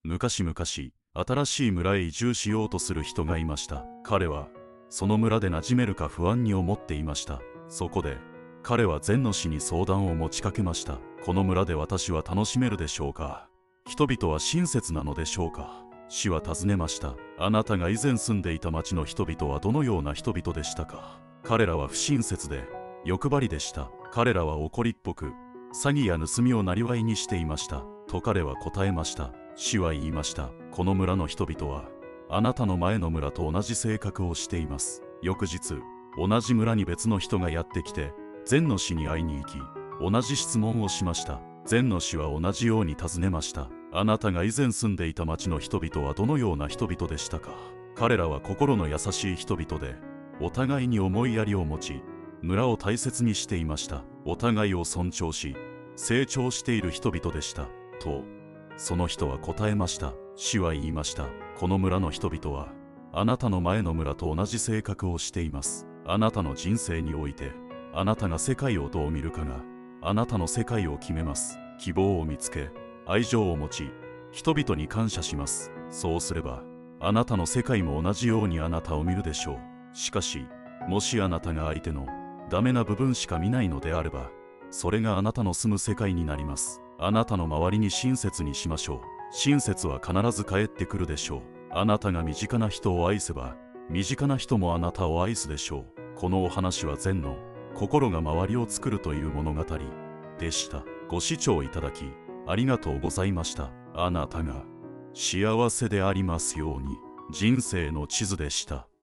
昔々、新しい村へ移住しようとする人がいました。彼は、その村で馴染めるか不安に思っていました。そこで、彼は禅の師に相談を持ちかけました。この村で私は楽しめるでしょうか？人々は親切なのでしょうか？師は尋ねました。あなたが以前住んでいた町の人々はどのような人々でしたか？彼らは不親切で、欲張りでした。彼らは怒りっぽく、詐欺や盗みを生業にしていました。と彼は答えました。師は言いました。この村の人々は、あなたの前の村と同じ性格をしています。翌日、同じ村に別の人がやってきて、禅の師に会いに行き、同じ質問をしました。禅の師は同じように尋ねました。あなたが以前住んでいた町の人々はどのような人々でしたか？彼らは心の優しい人々で、お互いに思いやりを持ち、村を大切にしていました。お互いを尊重し、成長している人々でした。と、その人は答えました。師は言いました。この村の人々は、あなたの前の村と同じ性格をしています。あなたの人生において、あなたが世界をどう見るかが、あなたの世界を決めます。希望を見つけ、愛情を持ち、人々に感謝します。そうすれば、あなたの世界も同じようにあなたを見るでしょう。しかし、もしあなたが相手のダメな部分しか見ないのであれば、それがあなたの住む世界になります。あなたの周りに親切にしましょう。親切は必ず帰ってくるでしょう。あなたが身近な人を愛せば、身近な人もあなたを愛すでしょう。このお話は禅の心が周りを作るという物語でした。ご視聴いただき、ありがとうございました。あなたが幸せでありますように。人生の地図でした。